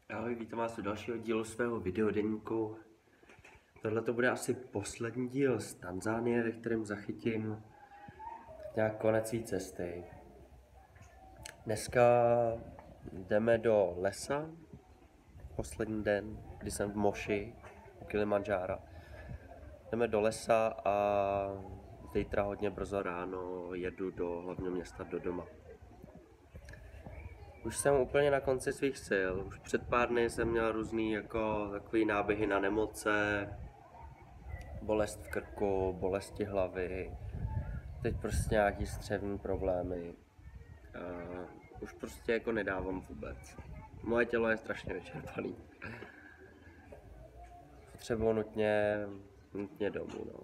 Ahoj, vítám vás u dalšího dílu svého videodeníku. Tohle to bude asi poslední díl z Tanzánie, ve kterém zachytím nějak konec své cesty. Dneska jdeme do lesa, poslední den, kdy jsem v Moši, u Kilimandžára. Jdeme do lesa a zítra hodně brzo ráno jedu do hlavního města Dodoma. Už jsem úplně na konci svých sil, už před pár dny jsem měl různý jako takový náběhy na nemoce, bolest v krku, bolesti hlavy, teď prostě nějaký střevní problémy. Už prostě jako nedávám vůbec. Moje tělo je strašně vyčerpaný. Potřebuji nutně domů, no.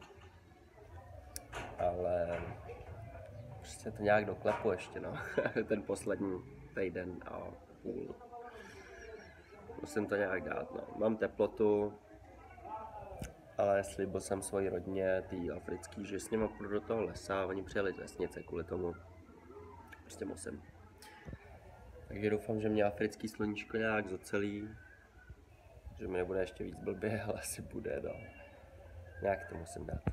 Ale prostě to nějak doklepu ještě, no. Ten poslední týden a půl. Musím to nějak dát, no. Mám teplotu, ale slíbil jsem svojí rodině, tý africký, že s nimi půjdu do toho lesa a oni přijeli z vesnice kvůli tomu. Prostě musím. Takže doufám, že mě africký sluníčko nějak zocelí, že mi nebude ještě víc blbě, ale asi bude, no. Nějak to musím dát.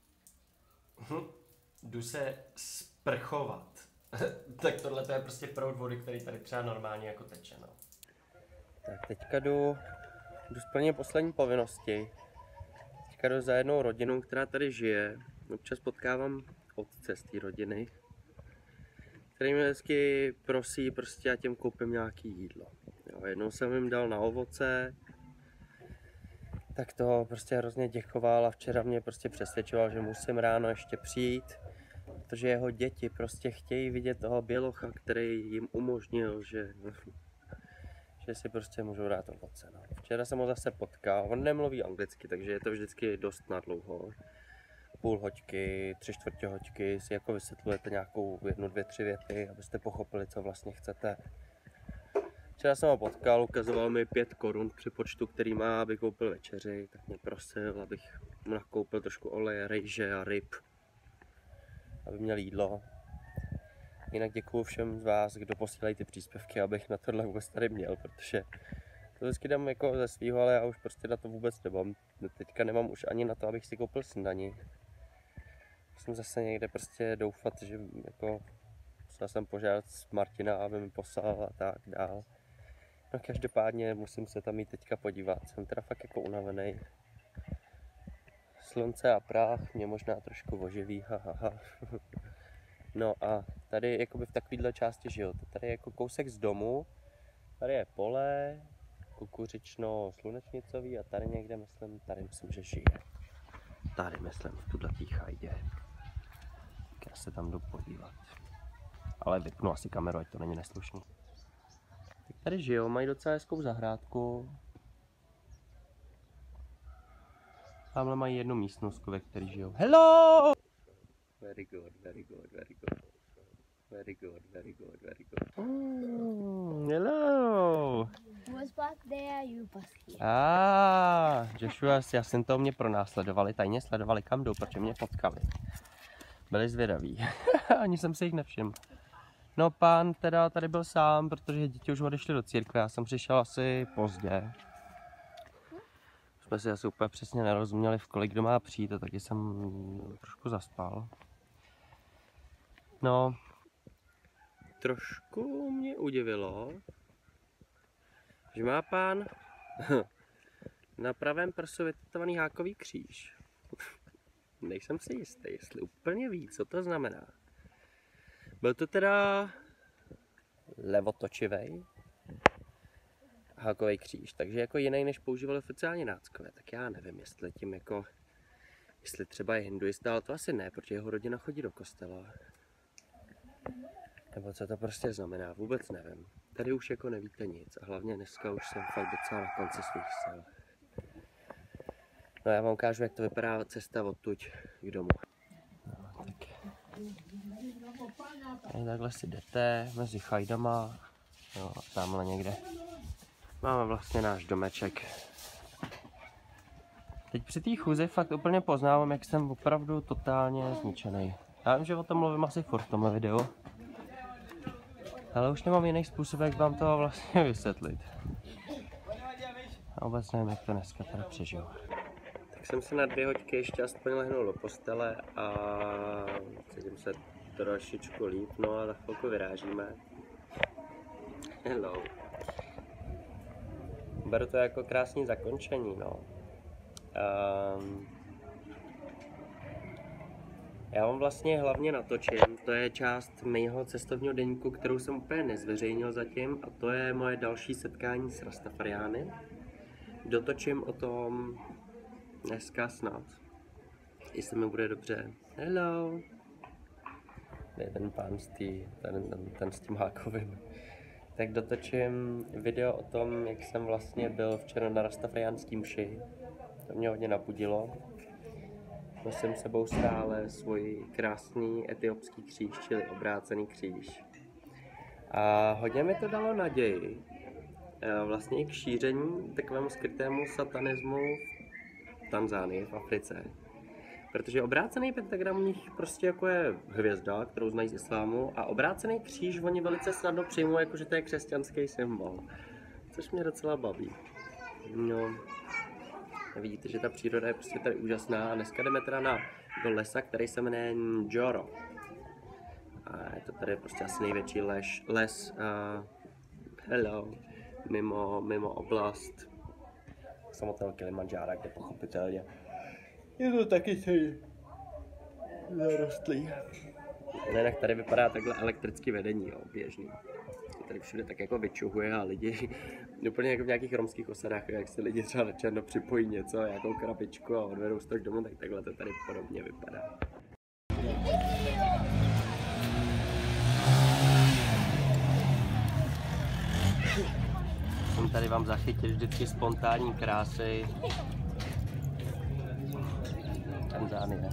Jdu se sprchovat. Tak tohle to je prostě proud vody, který tady třeba normálně jako teče, no. Tak teďka jdu splnit poslední povinnosti. Teďka jdu za jednou rodinou, která tady žije. Občas potkávám otce z té rodiny, který mě vždycky prosí, prostě já těm koupím nějaký jídlo. Jo, jednou jsem jim dal na ovoce, tak to prostě hrozně děkoval a včera mě prostě přesvědčoval, že musím ráno ještě přijít, protože jeho děti prostě chtějí vidět toho bělocha, který jim umožnil, že si prostě můžou dát ovoce. No. Včera jsem ho zase potkal, on nemluví anglicky, takže je to vždycky dost nadlouho. Půl hoďky, 3/4 hoďky si jako vysvětlujete nějakou 1, 2, 3 věty, abyste pochopili, co vlastně chcete. Včera jsem ho potkal, ukazoval mi 5 korun při počtu, který má, aby koupil večeři, tak mě prosil, abych mu nakoupil trošku oleje, rejže a ryb, aby měl jídlo. Jinak děkuju všem z vás, kdo posílají ty příspěvky, abych na tohle vůbec tady měl, protože to vždycky dám jako ze svýho, ale já už prostě na to vůbec nemám. Teďka nemám už ani na to, abych si koupil snídani. Musím zase někde prostě doufat, že jako musel jsem požádat Martina, aby mi poslal a tak dál. No každopádně musím se tam jít teďka podívat, jsem teda fakt jako unavený. Slunce a prach mě možná trošku oživí, hahaha. No a tady jakoby v takovéhle části žiju, tady je jako kousek z domu, tady je pole, kukuřično-slunečnicový a tady někde myslím, že žije. Tady myslím, v tuto chajdě. Tak já se tam jdu podívat. Ale vypnu asi kameru, ať to není neslušný. Tak tady žijou, mají docela hezkou zahrádku. Tamhle mají jednu místnost, ve které žijou. Hello! Very good, very good, very good. Very good, very good, very good. Hello! Was back there, you was here. Joshua s Jacintou mě pronásledovali, tajně sledovali kam jdou, protože mě potkali. Byli zvědaví, ani jsem si jich nevšiml. No pán teda tady byl sám, protože děti už odešly do církve, já jsem přišel asi pozdě. Jsme si asi úplně přesně nerozuměli, v kolik kdo má přijít, a taky jsem trošku zaspal. No, trošku mě udivilo, že má pán na pravém prsu vytetovaný hákový kříž. Nejsem si jistý, jestli úplně ví, co to znamená. Byl to teda levotočivý hákový kříž, takže jako jiný, než používali oficiálně náckové, tak já nevím, jestli tím jako, jestli třeba je hinduista, ale to asi ne, protože jeho rodina chodí do kostela. Nebo co to prostě znamená, vůbec nevím. Tady už jako nevíte nic a hlavně dneska už jsem fakt docela na konci svých sil. No já vám ukážu, jak to vypadá cesta odtud k domu. No, tak. Tady takhle si jdete mezi chajdama, jo, a tamhle někde máme vlastně náš domeček. Teď při té chůzi fakt úplně poznávám, jak jsem opravdu totálně zničený. Já vím, že o tom mluvím asi furt v tomhle videu, ale už nemám jiný způsob, jak vám to vlastně vysvětlit. A vůbec nevím, jak to dneska teda přežiju. Tak jsem se na 2 hodiny ještě aspoň lehnul do postele a cítím se trošičku líp, no a za chvilku vyrážíme. Hello. Beru to jako krásný zakončení, no. Já vám vlastně hlavně natočím, to je část mého cestovního deníku, kterou jsem úplně nezveřejnil zatím, a to je moje další setkání s Rastafariány. Dotočím o tom dneska snad, jestli mi bude dobře. Hello! To je ten pán ten s tím hákovým. Tak dotočím video o tom, jak jsem vlastně byl včera na rastafariánský mši. To mě hodně napudilo. Nosím sebou stále svůj krásný etiopský kříž, čili obrácený kříž. A hodně mi to dalo naději vlastně i k šíření takovému skrytému satanismu v Tanzánii, v Africe. Protože obrácený pentagram u nich prostě jako je hvězda, kterou znají z islámu, a obrácený kříž oni velice snadno přijmou, jako že to je křesťanský symbol. Což mě docela baví. No, vidíte, že ta příroda je prostě tady úžasná. A dneska jdeme teda do lesa, který se jmenuje Njoro. A je to tady prostě asi největší les hello, mimo oblast samotného Kilimandžára, kde pochopitelně je to taky celý zarostlý. Jinak tady vypadá takhle elektrické vedení, jo, běžný. Tady všude tak jako vyčuhuje a lidi, úplně jako v nějakých romských osadách, jak si lidi třeba na černo připojí něco, nějakou krabičku a odvedou se to k domu, tak takhle to tady podobně vypadá. Jsem tady vám zachytil vždycky spontánní krásy Tanzánie.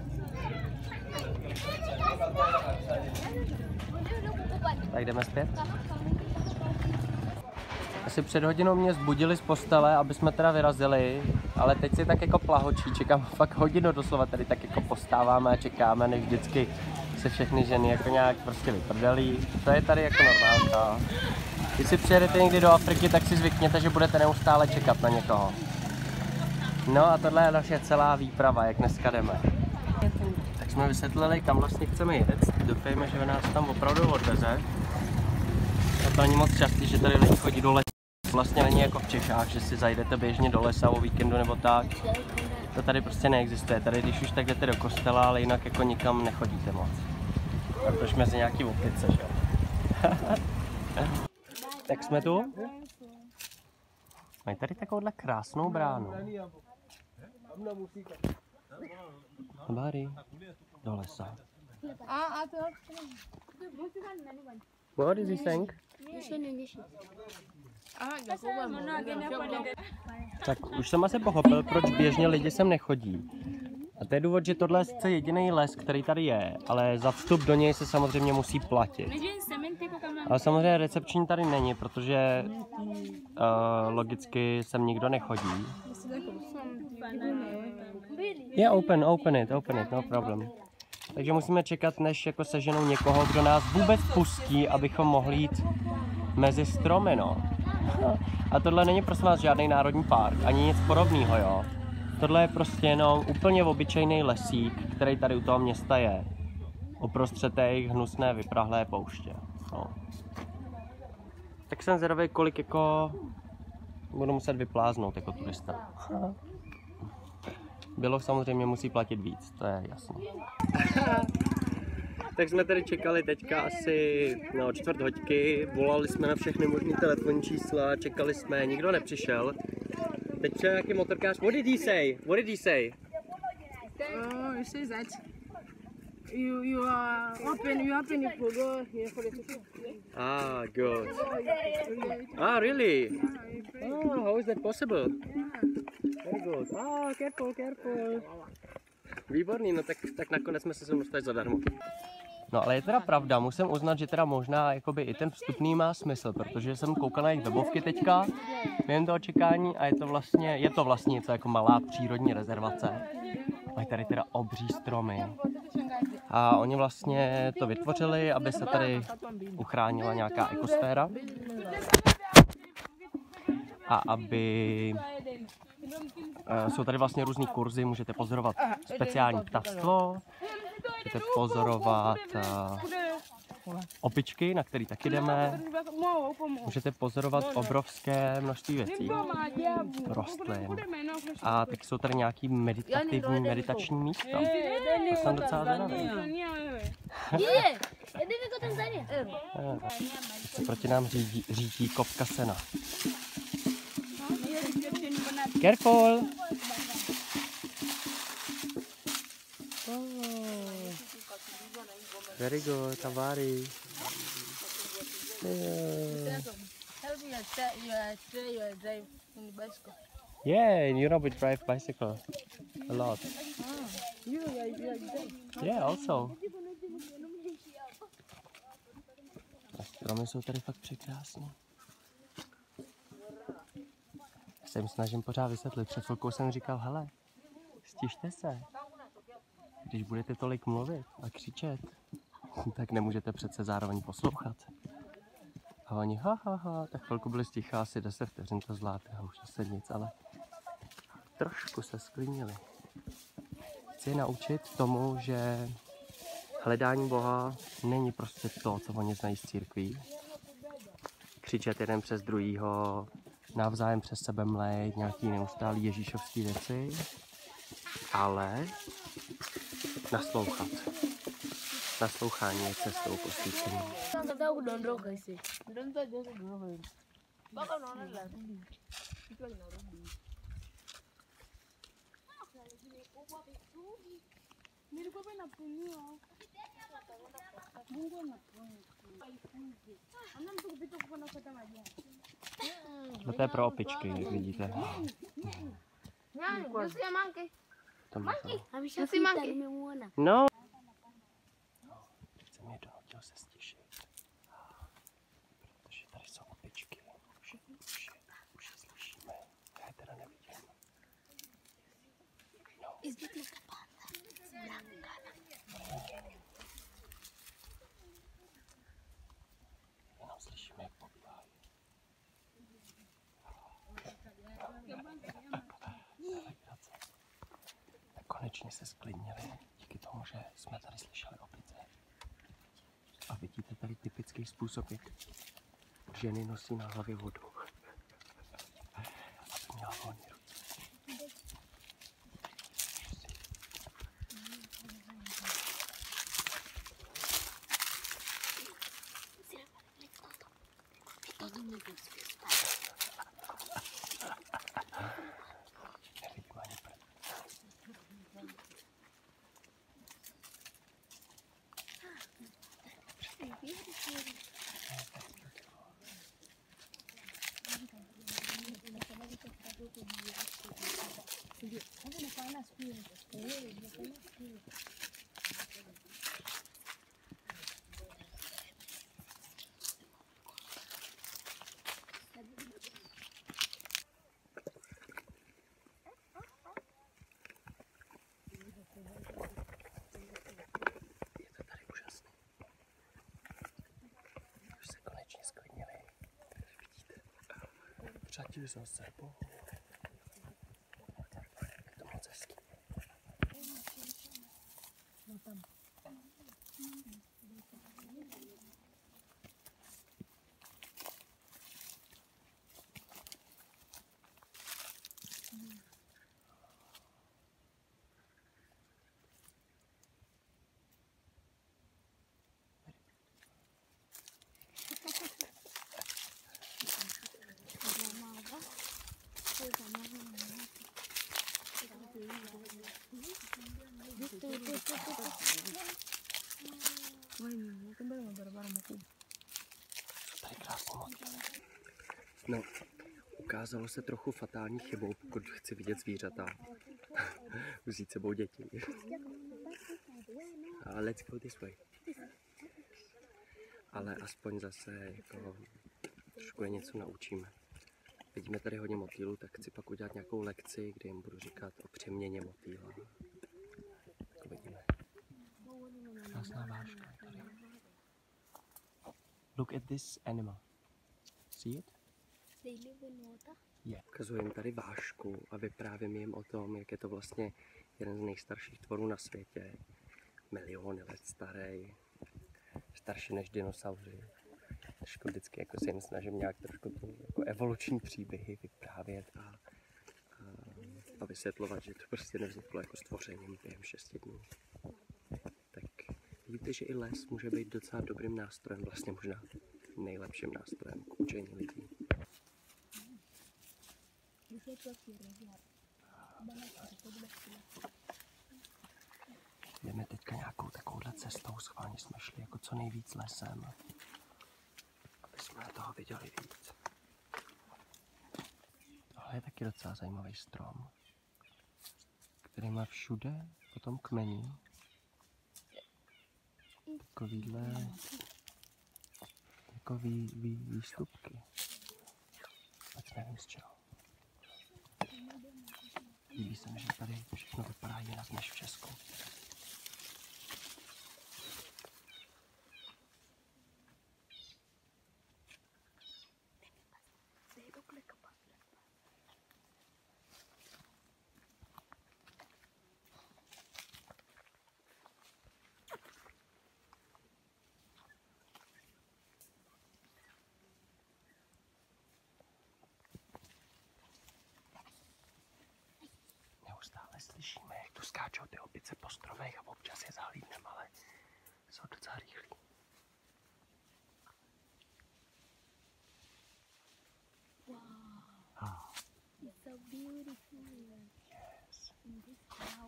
Tak jdeme zpět. Asi před hodinou mě zbudili z postele, aby jsme teda vyrazili, ale teď si tak jako plahočí, čekám fakt hodinu doslova, tady tak jako postáváme a čekáme, než vždycky se všechny ženy jako nějak prostě vyprdelí. To je tady jako normálka. Když si přijedete někdy do Afriky, tak si zvykněte, že budete neustále čekat na někoho. No a tohle je naše celá výprava, jak dneska jdeme. Tak jsme vysvětlili, kam vlastně chceme jet. Doufejme, že nás tam opravdu odveze. A to není moc častý, že tady lidi chodí do lesa. Vlastně není jako v Čechách, že si zajdete běžně do lesa o víkendu nebo tak. To tady prostě neexistuje. Tady když už tak jdete do kostela, ale jinak jako nikam nechodíte moc. Protože mezi nějaký opice, že jo. Tak jsme tu. Mají tady takovouhle krásnou bránu. Bari. Do lesa. What is he saying? Tak už jsem asi pochopil, proč běžně lidi sem nechodí. A to je důvod, že tohle je sice jediný les, který tady je, ale za vstup do něj se samozřejmě musí platit. Ale samozřejmě recepční tady není, protože logicky sem nikdo nechodí. Yeah, open it, no problem. Takže musíme čekat, než jako seženou někoho, kdo nás vůbec pustí, abychom mohli jít mezi stromy, no. A tohle není prosím vás žádný národní park, ani nic podobného, jo. Tohle je prostě jenom úplně obyčejný lesík, který tady u toho města je. Uprostřed té jejich hnusné vyprahlé pouště, no. Tak jsem zvědavý, kolik jako budu muset vypláznout jako turista. Bylo samozřejmě musí platit víc, to je jasné. Tak jsme tady čekali teďka asi čtvrt hodiny, volali jsme na všechny možné telefonní čísla, čekali jsme, nikdo nepřišel. Teď přijel nějaký motorkář. What did he say? What did he say? He says that you are open if we go here for the ticket. Ah, good. Ah, really? Oh, how is that possible? Very good. Ah, careful. Výborný, no tak nakonec jsme se sem dostali zadarmo. No ale je teda pravda, musím uznat, že teda možná jakoby i ten vstupný má smysl, protože jsem koukal na jejich webovky teďka během toho čekání a je to vlastně něco jako malá přírodní rezervace. Mají tady teda obří stromy. A oni vlastně to vytvořili, aby se tady uchránila nějaká ekosféra. A aby Jsou tady vlastně různý kurzy, můžete pozorovat speciální ptactvo, můžete pozorovat opičky, na který taky jdeme, můžete pozorovat obrovské množství věcí, rostlin. A tak jsou tady nějaký meditační místa. To jsem docela zvědavý. Proti nám řídí kopka sena. Careful! Very good, Tavari. Yeah, in Europe we drive bicycle a lot. Yeah, also. Stromy jsou tady fakt překrásné. Já se jim snažím pořád vysvětlit. Před chvilkou jsem říkal, hele, stište se. Když budete tolik mluvit a křičet, tak nemůžete přece zároveň poslouchat. A oni ha, tak chvilku byli sticha, asi 10 vteřin to zvládne a už asi nic, ale trošku se sklínili. Chci je naučit tomu, že hledání Boha není prostě to, co oni znají z církví. Křičet jeden přes druhýho, navzájem přes sebe mlejt, nějaký neustálý ježíšovský věci, ale naslouchat. Naslouchání je cestou posvícení. No to je pro opičky, jak vidíte. No. Teď jsem je donutil se stišit. Protože tady jsou opičky. Už je slyšíme. Já je teda nevidím. No. Jenom slyšíme, jak pobíhají. Tak konečně se sklidnili díky tomu, že jsme tady slyšeli opice. A vidíte tady typický způsob, jak ženy nosí na hlavě vodu. Aby měla volný ruce. Nevidím ani prd. Je to tady úžasný. Už se konečně sklidnili. Vidíte? Řadili za sebou. Je to moc hezký. Tady krásný motýl. No, ukázalo se trochu fatální chybou, pokud chci vidět zvířata. Vzít sebou děti. Let's go this way. Ale aspoň zase jako trošku je něco naučíme. Vidíme tady hodně motýlů, tak chci pak udělat nějakou lekci, kde jim budu říkat o přeměně motýla. Tak uvidíme. Krásná váška tady. Look at this animal. See it? They live in water. Yeah. ukazuji jim tady vážku a vyprávím jim o tom, jak je to vlastně jeden z nejstarších tvorů na světě. Miliony let starý, starší než dinosauři. Trošku vždycky jako se jim snažím nějak trošku ty jako evoluční příběhy vyprávět a vysvětlovat, že to prostě nevzniklo jako stvořením během 6 dní. Tak vidíte, že i les může být docela dobrým nástrojem, vlastně možná nejlepším nástrojem k učení lidí. Jdeme teďka nějakou takovouhle cestou, schválně jsme šli jako co nejvíc lesem, aby jsme toho viděli víc. Tohle je taky docela zajímavý strom, který má všude po tom kmeni takovýhle jako výstupky. Ať nevím z čeho. Líbí se mi, že tady všechno vypadá jinak než v Česku. Neustále slyšíme, jak tu skáčou ty opice po stromech a občas je zahlídneme, ale jsou docela rychlí. Wow. It's so beautiful. Yes. In this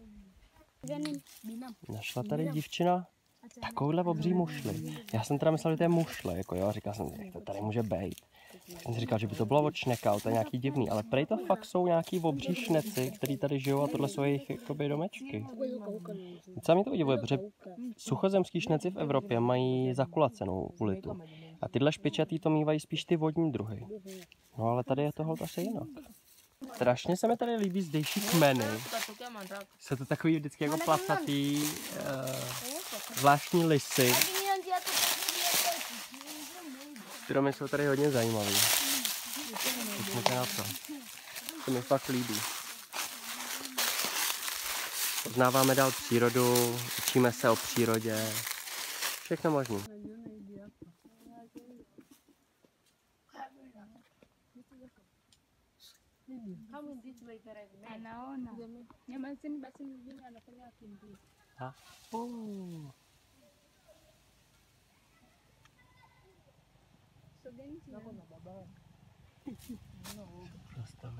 town. Našla tady divčina takovouhle obří mušli. Já jsem teda myslel, že to je mušle, jako jo, říkal jsem, jak to tady může být. Jsem si říkal, že by to bylo od šneka, to je nějaký divný, ale prej to fakt jsou nějaký obří šneci, který tady žijou a tohle jsou jejich jakoby domečky. Docela mě to udivuje, protože suchozemský šneci v Evropě mají zakulacenou ulitu. A tyhle špičatý to mývají spíš ty vodní druhy. No ale tady je toho asi jinak. Strašně se mi tady líbí zdejší kmeny. Jsou to takový vždycky jako placatý, zvláštní lisy. Stromy jsou tady hodně zajímavý. Pojďme na to. To mi fakt líbí. Poznáváme dál přírodu, učíme se o přírodě. Všechno možné. Anaona. Nyamazeni basi mwingine anafanya akimbia. Prostě